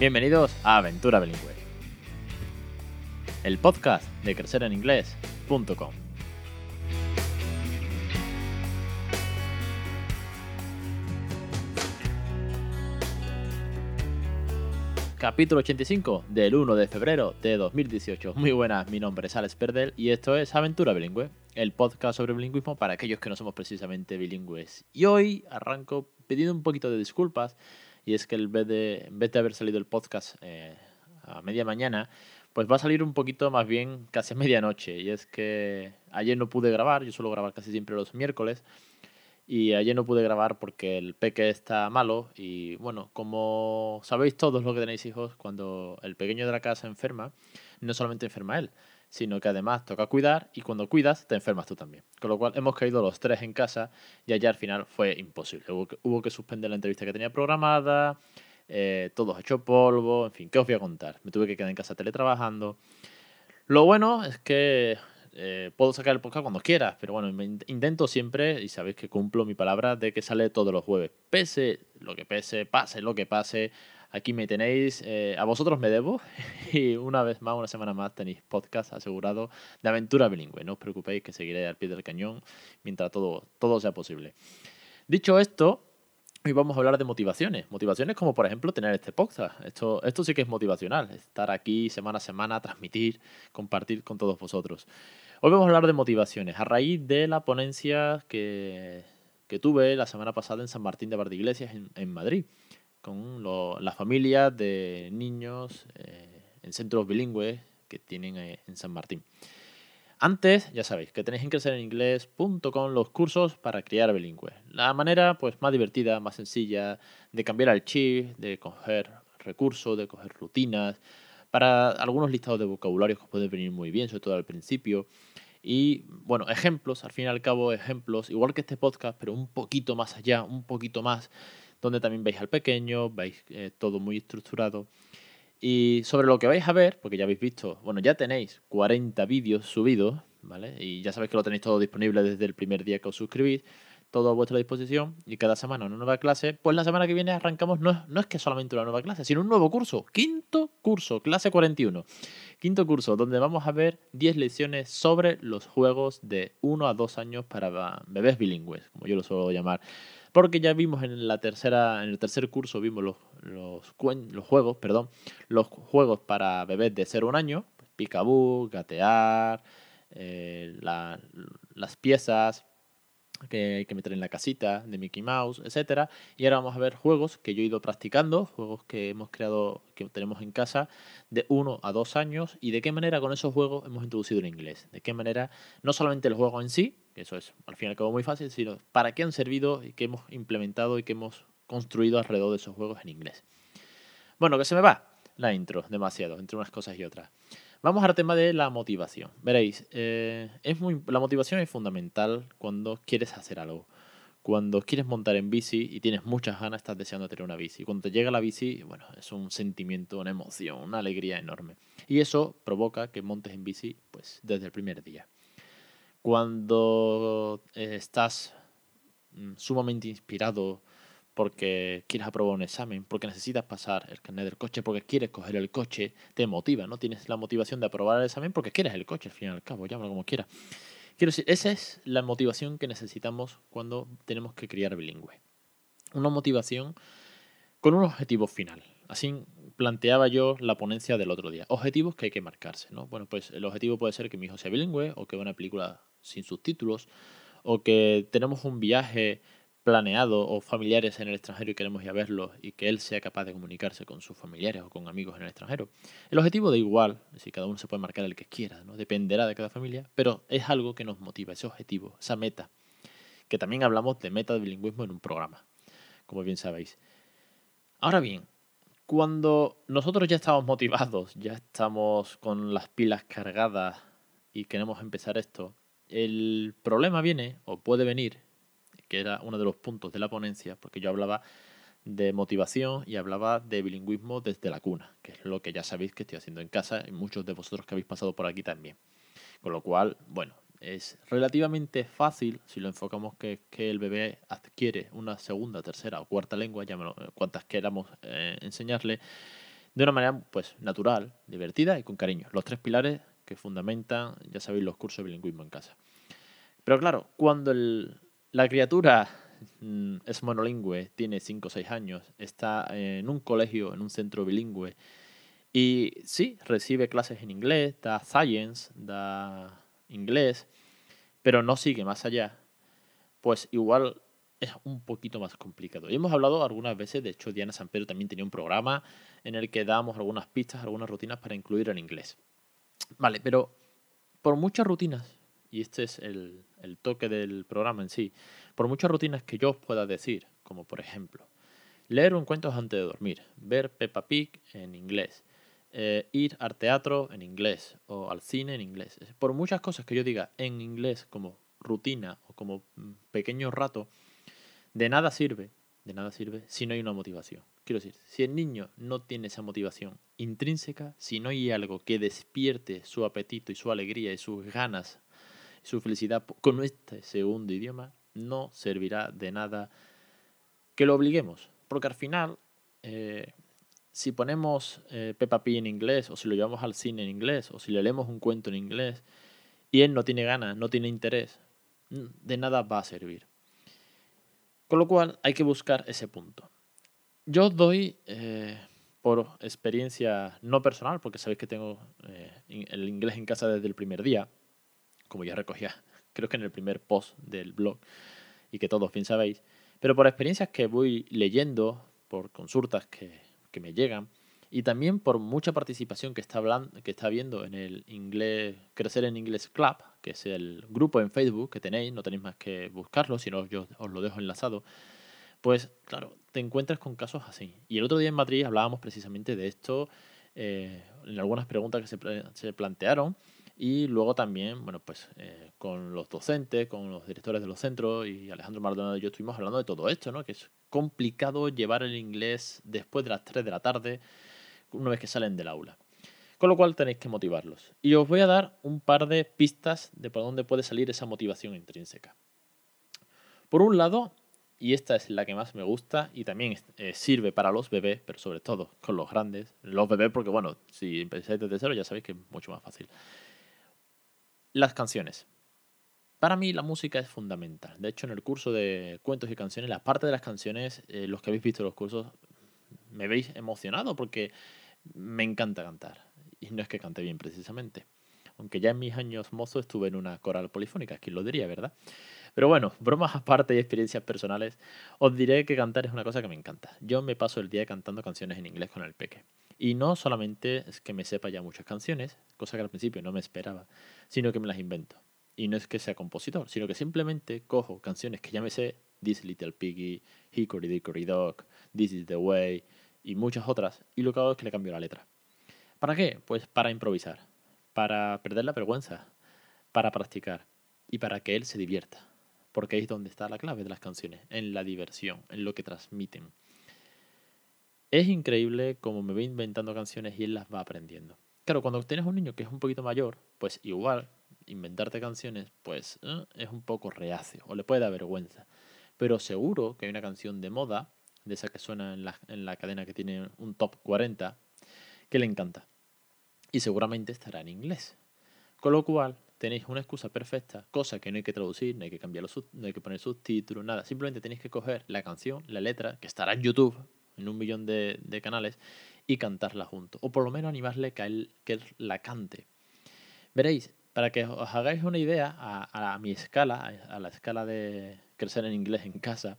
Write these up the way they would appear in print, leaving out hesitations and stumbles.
Bienvenidos a Aventura Bilingüe, el podcast de crecereninglés.com. Capítulo 85 del 1 de febrero de 2018. Muy buenas, mi nombre es Alex Perdel y esto es Aventura Bilingüe, el podcast sobre bilingüismo para aquellos que no somos precisamente bilingües. Y hoy arranco pidiendo un poquito de disculpas, y es que en vez de haber salido el podcast a media mañana, pues va a salir un poquito más bien casi a medianoche. Y es que ayer no pude grabar, yo suelo grabar casi siempre los miércoles, y ayer no pude grabar porque el peque está malo y bueno, como sabéis todos los que tenéis hijos, cuando el pequeño de la casa enferma, no solamente enferma él, sino que además toca cuidar y cuando cuidas te enfermas tú también. Con lo cual hemos caído los tres en casa y ayer al final fue imposible. Hubo que suspender la entrevista que tenía programada, todo hecho polvo, en fin, ¿qué os voy a contar? Me tuve que quedar en casa teletrabajando. Lo bueno es que puedo sacar el podcast cuando quiera, pero bueno, intento siempre, y sabéis que cumplo mi palabra, de que sale todos los jueves. Pese lo que pese, pase lo que pase, aquí me tenéis, a vosotros me debo, y una vez más, una semana más, tenéis podcast asegurado de aventura bilingüe. No os preocupéis que seguiré al pie del cañón mientras todo sea posible. Dicho esto, hoy vamos a hablar de motivaciones. Motivaciones como, por ejemplo, tener este podcast. Esto sí que es motivacional. Estar aquí semana a semana, transmitir, compartir con todos vosotros. Hoy vamos a hablar de motivaciones a raíz de la ponencia que tuve la semana pasada en San Martín de Valdeiglesias, en Madrid, con las familias de niños en centros bilingües que tienen en San Martín. Antes, ya sabéis, que tenéis en crecereninglés.com los cursos para criar bilingües. La manera pues más divertida, más sencilla de cambiar el chip, de coger recursos, de coger rutinas, para algunos listados de vocabularios que os pueden venir muy bien, sobre todo al principio. Y bueno, ejemplos, al fin y al cabo ejemplos, igual que este podcast, pero un poquito más allá, un poquito más, donde también veis al pequeño, veis todo muy estructurado. Y sobre lo que vais a ver, porque ya habéis visto, bueno, ya tenéis 40 vídeos subidos, ¿vale? Y ya sabéis que lo tenéis todo disponible desde el primer día que os suscribís, todo a vuestra disposición y cada semana una nueva clase. Pues la semana que viene arrancamos, no es que solamente una nueva clase, sino un nuevo curso, quinto curso, clase 41. Quinto curso, donde vamos a ver 10 lecciones sobre los juegos de 1 a 2 años para bebés bilingües, como yo lo suelo llamar. Porque ya vimos en el tercer curso vimos los juegos para bebés de 0 a 1 año, Peekaboo, gatear, las piezas que hay que meter en la casita de Mickey Mouse, etcétera. Y ahora vamos a ver juegos que yo he ido practicando, juegos que hemos creado, que tenemos en casa, de 1 a 2 años, y de qué manera con esos juegos hemos introducido el inglés. De qué manera, no solamente el juego en sí, que eso es al fin y al cabo muy fácil, sino para qué han servido y qué hemos implementado y qué hemos construido alrededor de esos juegos en inglés. Bueno, que se me va la intro demasiado, entre unas cosas y otras. Vamos al tema de la motivación. Veréis, la motivación es fundamental cuando quieres hacer algo. Cuando quieres montar en bici y tienes muchas ganas, estás deseando tener una bici. Cuando te llega la bici, bueno, es un sentimiento, una emoción, una alegría enorme. Y eso provoca que montes en bici pues desde el primer día. Cuando estás sumamente inspirado porque quieres aprobar un examen, porque necesitas pasar el carnet del coche, porque quieres coger el coche, te motiva, ¿no? Tienes la motivación de aprobar el examen porque quieres el coche, al fin y al cabo, llámalo como quieras. Quiero decir, esa es la motivación que necesitamos cuando tenemos que criar bilingüe. Una motivación con un objetivo final. Así planteaba yo la ponencia del otro día. Objetivos que hay que marcarse, ¿no? Bueno, pues el objetivo puede ser que mi hijo sea bilingüe o que vea una película sin subtítulos o que tenemos un viaje planeado o familiares en el extranjero y queremos ir a verlos y que él sea capaz de comunicarse con sus familiares o con amigos en el extranjero. El objetivo da igual, es decir, cada uno se puede marcar el que quiera, ¿no? Dependerá de cada familia, pero es algo que nos motiva, ese objetivo, esa meta, que también hablamos de meta de bilingüismo en un programa, como bien sabéis. Ahora bien, cuando nosotros ya estamos motivados, ya estamos con las pilas cargadas y queremos empezar esto, el problema viene, o puede venir, que era uno de los puntos de la ponencia, porque yo hablaba de motivación y hablaba de bilingüismo desde la cuna, que es lo que ya sabéis que estoy haciendo en casa y muchos de vosotros que habéis pasado por aquí también. Con lo cual, bueno, es relativamente fácil si lo enfocamos que el bebé adquiere una segunda, tercera o cuarta lengua, cuantas queramos enseñarle, de una manera pues natural, divertida y con cariño. Los 3 pilares que fundamentan, ya sabéis, los cursos de bilingüismo en casa. Pero claro, cuando la criatura es monolingüe, tiene 5 o 6 años, está en un colegio, en un centro bilingüe, y sí, recibe clases en inglés, da science, da inglés, pero no sigue más allá, pues igual es un poquito más complicado. Y hemos hablado algunas veces, de hecho Diana Sampero también tenía un programa en el que dábamos algunas pistas, algunas rutinas para incluir el inglés. Vale, pero por muchas rutinas, y este es el toque del programa en sí, por muchas rutinas que yo os pueda decir, como por ejemplo, leer un cuento antes de dormir, ver Peppa Pig en inglés, ir al teatro en inglés o al cine en inglés. Por muchas cosas que yo diga en inglés como rutina o como pequeño rato, de nada sirve si no hay una motivación. Quiero decir, si el niño no tiene esa motivación intrínseca, si no hay algo que despierte su apetito y su alegría y sus ganas, su felicidad con este segundo idioma, no servirá de nada que lo obliguemos. Porque al final, si ponemos Peppa Pig en inglés, o si lo llevamos al cine en inglés, o si le leemos un cuento en inglés, y él no tiene ganas, no tiene interés, de nada va a servir. Con lo cual hay que buscar ese punto. Yo os doy, por experiencia no personal, porque sabéis que tengo el inglés en casa desde el primer día, como ya recogía, creo que en el primer post del blog, y que todos bien sabéis, pero por experiencias que voy leyendo, por consultas que me llegan, y también por mucha participación que está habiendo en el inglés, Crecer en Inglés Club, que es el grupo en Facebook que tenéis, no tenéis más que buscarlo, si no yo os lo dejo enlazado. Pues claro, te encuentras con casos así. Y el otro día en Madrid hablábamos precisamente de esto en algunas preguntas que se plantearon y luego también, bueno, pues con los docentes, con los directores de los centros y Alejandro Maldonado y yo estuvimos hablando de todo esto, ¿no? Que es complicado llevar el inglés después de las 3 de la tarde, una vez que salen del aula. Con lo cual tenéis que motivarlos. Y os voy a dar un par de pistas de por dónde puede salir esa motivación intrínseca. Por un lado, y esta es la que más me gusta y también sirve para los bebés, pero sobre todo con los grandes. Los bebés porque, bueno, si empezáis desde cero ya sabéis que es mucho más fácil. Las canciones. Para mí la música es fundamental. De hecho, en el curso de cuentos y canciones, la parte de las canciones, los que habéis visto los cursos, me veis emocionado porque me encanta cantar. Y no es que cante bien precisamente. Aunque ya en mis años mozo estuve en una coral polifónica, quién lo diría, ¿verdad? Pero bueno, bromas aparte y experiencias personales, os diré que cantar es una cosa que me encanta. Yo me paso el día cantando canciones en inglés con el peque. Y no solamente es que me sepa ya muchas canciones, cosa que al principio no me esperaba, sino que me las invento. Y no es que sea compositor, sino que simplemente cojo canciones que ya me sé, This Little Piggy, Hickory Dickory Dock, This is the Way y muchas otras, y lo que hago es que le cambio la letra. ¿Para qué? Pues para improvisar, para perder la vergüenza, para practicar y para que él se divierta. Porque ahí es donde está la clave de las canciones, en la diversión, en lo que transmiten. Es increíble cómo me voy inventando canciones y él las va aprendiendo. Claro, cuando tienes un niño que es un poquito mayor, pues igual inventarte canciones, pues es un poco reacio o le puede dar vergüenza. Pero seguro que hay una canción de moda, de esa que suena en la cadena que tiene un top 40, que le encanta. Y seguramente estará en inglés. Con lo cual, tenéis una excusa perfecta, cosa que no hay que traducir, no hay que cambiar no hay que poner subtítulos, nada. Simplemente tenéis que coger la canción, la letra, que estará en YouTube, en 1 millón de canales, y cantarla juntos. O por lo menos animarle que él la cante. Veréis, para que os hagáis una idea, a mi escala, a la escala de crecer en inglés en casa,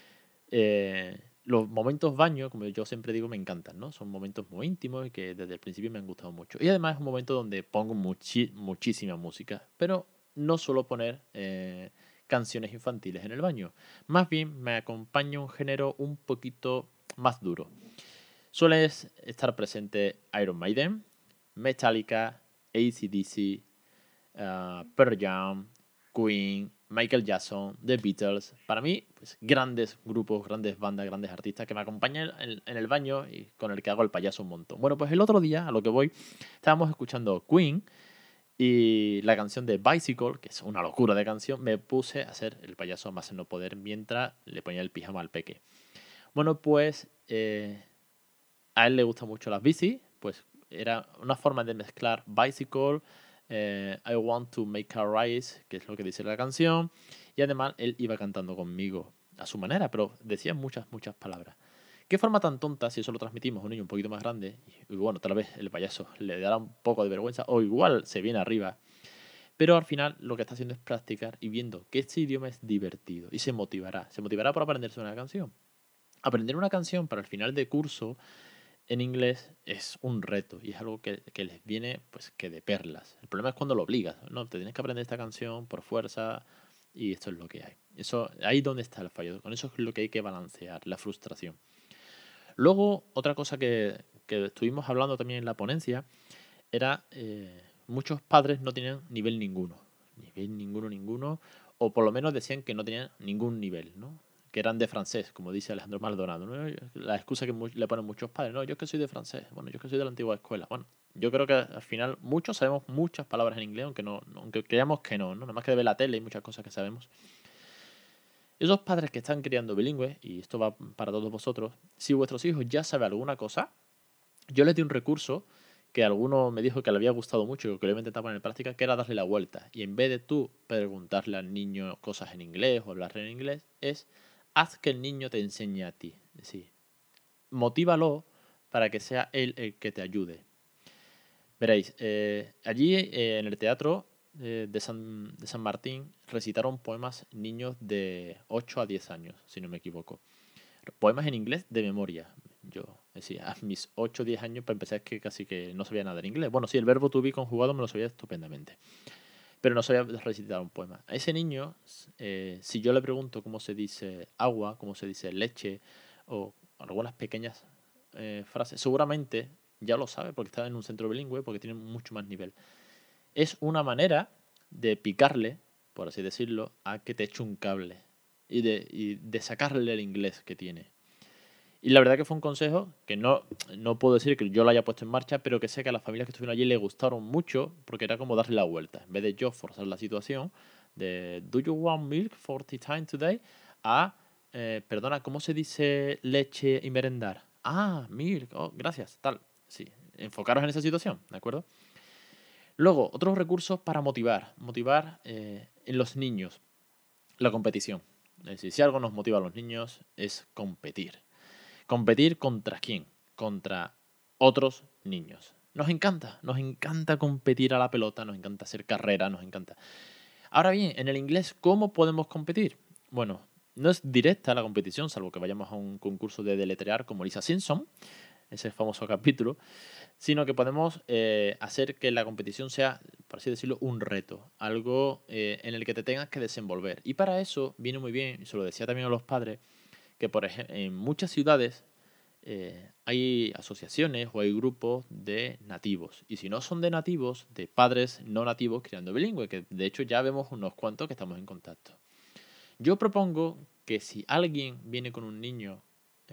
los momentos baño, como yo siempre digo, me encantan, ¿no? Son momentos muy íntimos y que desde el principio me han gustado mucho. Y además es un momento donde pongo muchísima música, pero no suelo poner canciones infantiles en el baño. Más bien me acompaña un género un poquito más duro. Suele estar presente Iron Maiden, Metallica, AC/DC, Pearl Jam, Queen, Michael Jackson, The Beatles. Para mí, pues grandes grupos, grandes bandas, grandes artistas que me acompañan en el baño y con el que hago el payaso un montón. Bueno, pues el otro día, a lo que voy, estábamos escuchando Queen y la canción de Bicycle, que es una locura de canción, me puse a hacer el payaso más en no poder mientras le ponía el pijama al peque. Bueno, pues a él le gustan mucho las bicis, pues era una forma de mezclar bicycle, I want to make a race, que es lo que dice la canción, y además él iba cantando conmigo a su manera, pero decía muchas, muchas palabras. ¿Qué forma tan tonta si eso lo transmitimos a un niño un poquito más grande? Y bueno, tal vez el payaso le dará un poco de vergüenza o igual se viene arriba. Pero al final lo que está haciendo es practicar y viendo que este idioma es divertido y se motivará. Se motivará por aprenderse una canción. Aprender una canción para el final de curso en inglés es un reto y es algo que les viene pues que de perlas. El problema es cuando lo obligas, ¿no? Te tienes que aprender esta canción por fuerza y esto es lo que hay. Eso, ahí donde está el fallo. Con eso es lo que hay que balancear, la frustración. Luego, otra cosa que estuvimos hablando también en la ponencia era muchos padres no tenían nivel ninguno. Nivel ninguno, ninguno. O por lo menos decían que no tenían ningún nivel, ¿no? Que eran de francés, como dice Alejandro Maldonado, ¿no? La excusa que le ponen muchos padres, no, yo es que soy de francés, bueno, yo es que soy de la antigua escuela. Bueno, yo creo que al final muchos sabemos muchas palabras en inglés, aunque no, aunque creamos que no, ¿no? Nada más que de ver la tele y muchas cosas que sabemos. Esos padres que están criando bilingües, y esto va para todos vosotros, si vuestros hijos ya saben alguna cosa, yo les di un recurso que alguno me dijo que le había gustado mucho y que lo iba a intentar poner en práctica, que era darle la vuelta. Y en vez de tú preguntarle al niño cosas en inglés o hablarle en inglés, es haz que el niño te enseñe a ti. Es decir, motívalo para que sea él el que te ayude. Veréis, allí en el teatro de San Martín recitaron poemas niños de 8 a 10 años, si no me equivoco. Poemas en inglés de memoria. Yo decía, a mis 8 o 10 años, para empezar, es que casi que no sabía nada en inglés. Bueno, sí, el verbo to be conjugado me lo sabía estupendamente, pero no sabía recitar un poema. A ese niño, si yo le pregunto cómo se dice agua, cómo se dice leche, o algunas pequeñas frases, seguramente ya lo sabe porque está en un centro bilingüe, porque tiene mucho más nivel. Es una manera de picarle, por así decirlo, a que te eche un cable y de sacarle el inglés que tiene. Y la verdad que fue un consejo que no puedo decir que yo lo haya puesto en marcha, pero que sé que a las familias que estuvieron allí le gustaron mucho porque era como darle la vuelta. En vez de yo forzar la situación de ¿Do you want milk for tea time today? A, perdona, ¿cómo se dice leche y merendar? Ah, milk, oh, gracias, tal. Sí, enfocaros en esa situación, ¿de acuerdo? Luego, otros recursos para motivar. Motivar en los niños la competición. Es decir, si algo nos motiva a los niños es competir. ¿Competir contra quién? Contra otros niños. Nos encanta competir a la pelota, nos encanta hacer carrera, nos encanta. Ahora bien, en el inglés, ¿cómo podemos competir? Bueno, no es directa la competición, salvo que vayamos a un concurso de deletrear como Lisa Simpson, ese famoso capítulo, sino que podemos hacer que la competición sea, por así decirlo, un reto, algo en el que te tengas que desenvolver. Y para eso viene muy bien, y se lo decía también a los padres, que por ejemplo, en muchas ciudades hay asociaciones o hay grupos de nativos. Y si no son de nativos, de padres no nativos criando bilingüe, que de hecho ya vemos unos cuantos que estamos en contacto. Yo propongo que si alguien viene con un niño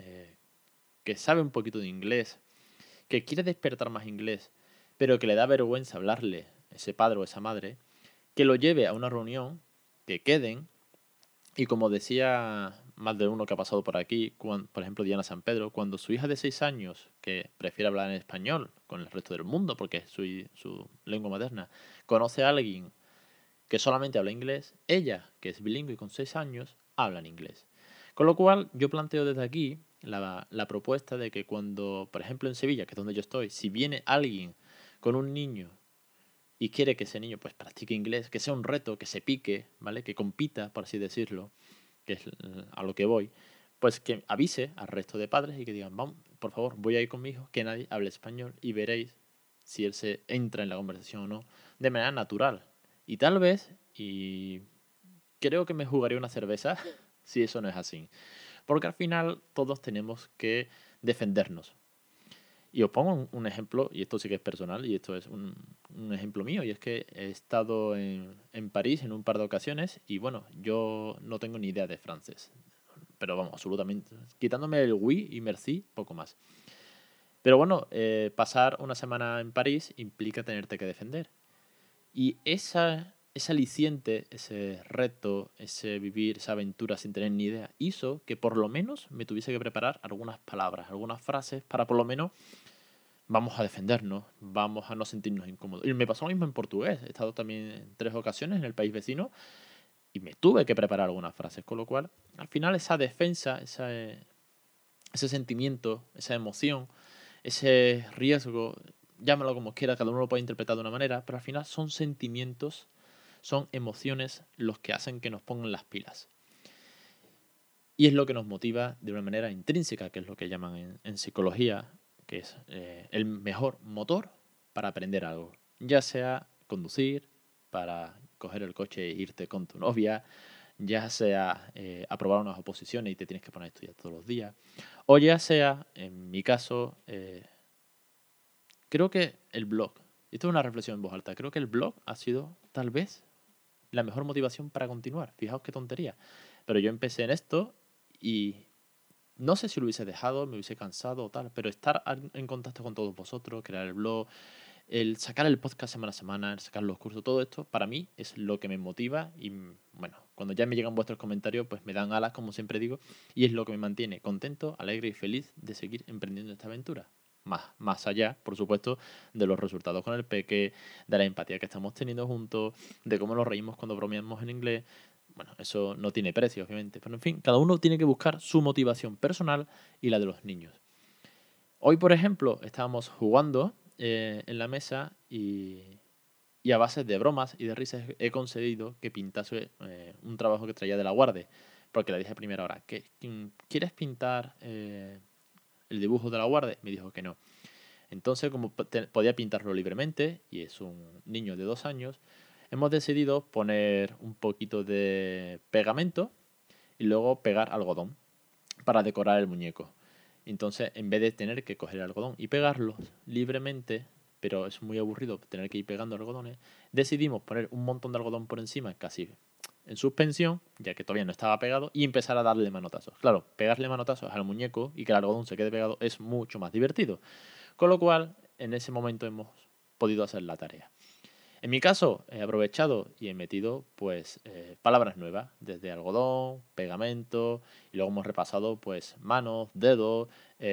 que sabe un poquito de inglés, que quiere despertar más inglés, pero que le da vergüenza hablarle ese padre o esa madre, que lo lleve a una reunión, que queden y como decía más de uno que ha pasado por aquí, por ejemplo Diana San Pedro, cuando su hija de 6 años, que prefiere hablar en español con el resto del mundo porque es su lengua materna, conoce a alguien que solamente habla inglés, ella, que es bilingüe y con 6 años, habla en inglés. Con lo cual yo planteo desde aquí la propuesta de que cuando, por ejemplo en Sevilla, que es donde yo estoy, si viene alguien con un niño y quiere que ese niño pues practique inglés, que sea un reto, que se pique, ¿vale? Que compita, por así decirlo, que es a lo que voy, pues que avise al resto de padres y que digan, vamos, por favor, voy a ir con mi hijo, que nadie hable español y veréis si él se entra en la conversación o no, de manera natural. Y tal vez, y creo que me jugaría una cerveza si eso no es así. Porque al final todos tenemos que defendernos. Y os pongo un ejemplo, y esto sí que es personal, y esto es un ejemplo mío, y es que he estado en París en un par de ocasiones, y bueno, yo no tengo ni idea de francés, pero vamos, absolutamente, quitándome el oui y merci, poco más. Pero bueno, pasar una semana en París implica tenerte que defender. Y ese ese aliciente, ese reto, ese vivir esa aventura sin tener ni idea, hizo que por lo menos me tuviese que preparar algunas palabras, algunas frases para por lo menos vamos a defendernos, vamos a no sentirnos incómodos. Y me pasó lo mismo en portugués. He estado también en 3 ocasiones en el país vecino y me tuve que preparar algunas frases, con lo cual al final esa defensa, ese sentimiento, esa emoción, ese riesgo, llámalo como quiera, cada uno lo puede interpretar de una manera, pero al final son sentimientos, son emociones los que hacen que nos pongan las pilas. Y es lo que nos motiva de una manera intrínseca, que es lo que llaman en psicología, que es el mejor motor para aprender algo. Ya sea conducir, para coger el coche e irte con tu novia, ya sea aprobar unas oposiciones y te tienes que poner a estudiar todos los días, o ya sea, en mi caso, creo que el blog, esto es una reflexión en voz alta, creo que el blog ha sido tal vez la mejor motivación para continuar. Fijaos qué tontería. Pero yo empecé en esto y no sé si lo hubiese dejado, me hubiese cansado o tal, pero estar en contacto con todos vosotros, crear el blog, el sacar el podcast semana a semana, el sacar los cursos, todo esto, para mí es lo que me motiva y, bueno, cuando ya me llegan vuestros comentarios, pues me dan alas, como siempre digo, y es lo que me mantiene contento, alegre y feliz de seguir emprendiendo esta aventura. Más allá, por supuesto, de los resultados con el peque, de la empatía que estamos teniendo juntos, de cómo nos reímos cuando bromeamos en inglés. Bueno, eso no tiene precio, obviamente, pero en fin, cada uno tiene que buscar su motivación personal y la de los niños. Hoy, por ejemplo, estábamos jugando en la mesa y a base de bromas y de risas he conseguido que pintase un trabajo que traía de la Guardia, porque le dije a primera hora, ¿quieres pintar el dibujo de la Guardia? Me dijo que no. Entonces, como podía pintarlo libremente, y es un niño de 2 años, hemos decidido poner un poquito de pegamento y luego pegar algodón para decorar el muñeco. Entonces, en vez de tener que coger el algodón y pegarlo libremente, pero es muy aburrido tener que ir pegando algodones, decidimos poner un montón de algodón por encima, casi en suspensión, ya que todavía no estaba pegado, y empezar a darle manotazos. Claro, pegarle manotazos al muñeco y que el algodón se quede pegado es mucho más divertido. Con lo cual, en ese momento hemos podido hacer la tarea. En mi caso, he aprovechado y he metido pues palabras nuevas, desde algodón, pegamento, y luego hemos repasado pues manos, dedos,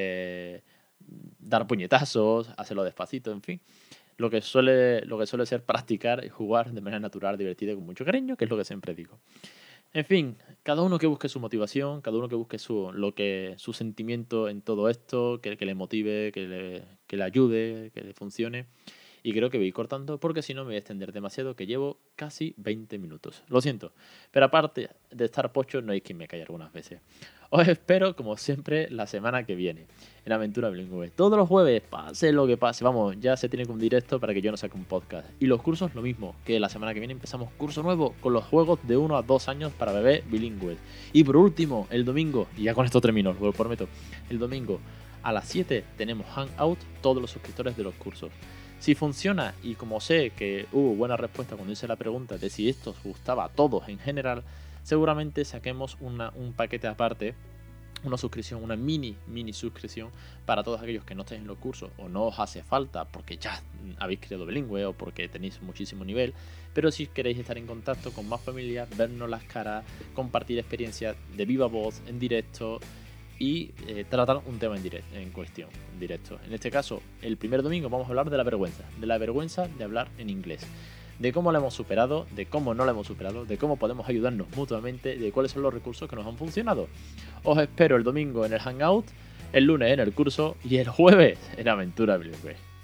dar puñetazos, hacerlo despacito, en fin. Lo que suele ser practicar y jugar de manera natural, divertida y con mucho cariño, que es lo que siempre digo. En fin, cada uno que busque su motivación, cada uno que busque su sentimiento en todo esto, que le motive, que le ayude, que le funcione. Y creo que voy cortando porque si no me voy a extender demasiado, que llevo casi 20 minutos. Lo siento, pero aparte de estar pocho, no hay quien me calle algunas veces. Os espero, como siempre, la semana que viene en Aventura Bilingüe. Todos los jueves, pase lo que pase. Vamos, ya se tiene que un directo para que yo no saque un podcast. Y los cursos, lo mismo, que la semana que viene empezamos curso nuevo con los juegos de 1 a 2 años para bebés bilingües. Y por último, el domingo, y ya con esto termino, os lo prometo, el domingo a las 7 tenemos Hangout, todos los suscriptores de los cursos. Si funciona, y como sé que hubo buena respuesta cuando hice la pregunta de si esto os gustaba a todos en general, seguramente saquemos un paquete aparte, una suscripción, una mini suscripción para todos aquellos que no estéis en los cursos o no os hace falta porque ya habéis creado bilingüe o porque tenéis muchísimo nivel, pero si queréis estar en contacto con más familias, vernos las caras, compartir experiencias de viva voz, en directo, y tratar un tema en cuestión, en directo. En este caso, el primer domingo vamos a hablar de la vergüenza de hablar en inglés, de cómo la hemos superado, de cómo no la hemos superado, de cómo podemos ayudarnos mutuamente, de cuáles son los recursos que nos han funcionado. Os espero el domingo en el Hangout, el lunes en el curso y el jueves en Aventura Bilingüe.